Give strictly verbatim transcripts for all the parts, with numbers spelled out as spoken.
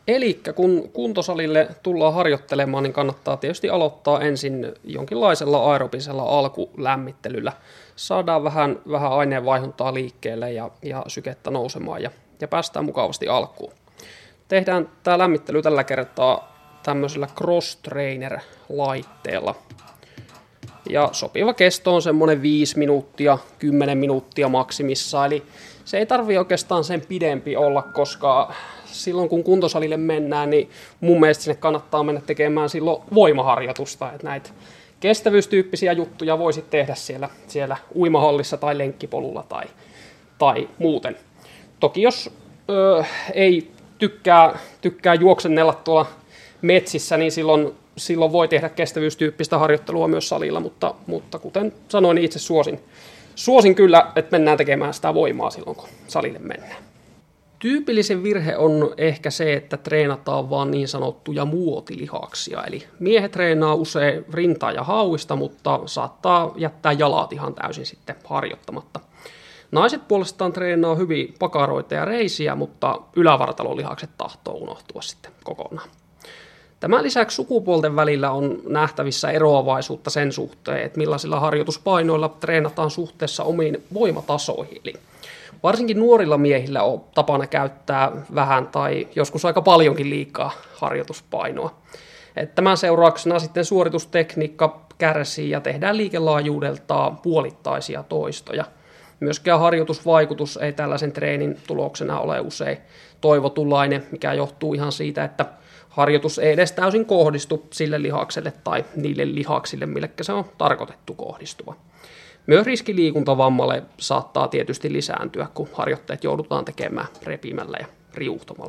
Eli kun kuntosalille tullaan harjoittelemaan, niin kannattaa tietysti aloittaa ensin jonkinlaisella aerobisella alkulämmittelyllä. Saadaan vähän, vähän aineenvaihduntaa liikkeelle ja, ja sykettä nousemaan ja, ja päästään mukavasti alkuun. Tehdään tämä lämmittely tällä kertaa tämmöisellä Cross Trainer-laitteella. Ja sopiva kesto on semmoinen viisi minuuttia, kymmenen minuuttia maksimissa, eli se ei tarvitse oikeastaan sen pidempi olla, koska silloin kun kuntosalille mennään, niin mun mielestä sinne kannattaa mennä tekemään silloin voimaharjoitusta, että näitä kestävyystyyppisiä juttuja voisi tehdä siellä, siellä uimahallissa tai lenkkipolulla tai, tai muuten. Toki jos ö, ei tykkää, tykkää juoksennella tuolla metsissä, niin silloin, silloin voi tehdä kestävyystyyppistä harjoittelua myös salilla, mutta, mutta kuten sanoin, niin itse suosin, suosin kyllä, että mennään tekemään sitä voimaa silloin, kun salille mennään. Tyypillisen virhe on ehkä se, että treenataan vaan niin sanottuja muotilihaksia, eli miehet treenaa usein rintaa ja hauista, mutta saattaa jättää jalat ihan täysin sitten harjoittamatta. Naiset puolestaan treenaa hyvin pakaroita ja reisiä, mutta ylävartalolihakset tahtoo unohtua sitten kokonaan. Tämän lisäksi sukupuolten välillä on nähtävissä eroavaisuutta sen suhteen, että millaisilla harjoituspainoilla treenataan suhteessa omiin voimatasoihin. Eli varsinkin nuorilla miehillä on tapana käyttää vähän tai joskus aika paljonkin liikaa harjoituspainoa. Tämän seurauksena sitten suoritustekniikka kärsii ja tehdään liikelaajuudeltaan puolittaisia toistoja. Myöskään harjoitusvaikutus ei tällaisen treenin tuloksena ole usein toivotunlainen, mikä johtuu ihan siitä, että harjoitus ei edes täysin kohdistu sille lihakselle tai niille lihaksille, millekä se on tarkoitettu kohdistuva. Myös riski liikuntavammalle saattaa tietysti lisääntyä, kun harjoitteet joudutaan tekemään repimällä ja riuhtomalla.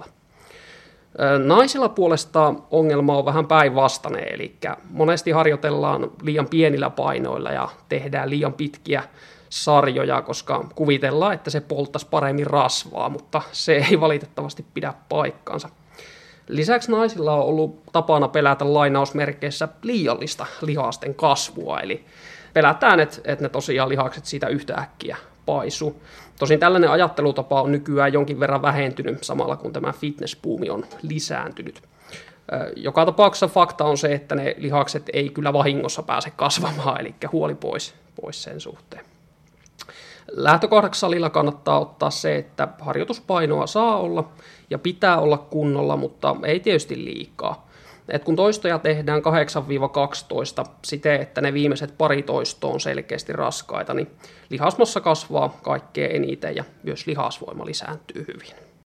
Naisilla puolestaan ongelma on vähän päinvastainen, eli monesti harjoitellaan liian pienillä painoilla ja tehdään liian pitkiä sarjoja, koska kuvitellaan, että se polttaisi paremmin rasvaa, mutta se ei valitettavasti pidä paikkaansa. Lisäksi naisilla on ollut tapana pelätä lainausmerkeissä liiallista lihasten kasvua, eli pelätään, että, että ne tosiaan lihakset siitä yhtäkkiä paisuu. Tosin tällainen ajattelutapa on nykyään jonkin verran vähentynyt samalla kun tämä fitnessbuumi on lisääntynyt. Joka tapauksessa fakta on se, että ne lihakset ei kyllä vahingossa pääse kasvamaan, eli huoli pois, pois sen suhteen. Lähtökohdaksi salilla kannattaa ottaa se, että harjoituspainoa saa olla ja pitää olla kunnolla, mutta ei tietysti liikaa. Et kun toistoja tehdään kahdeksan kaksitoista siten, että ne viimeiset pari toistoa on selkeästi raskaita, niin lihasmassa kasvaa kaikkein eniten ja myös lihasvoima lisääntyy hyvin.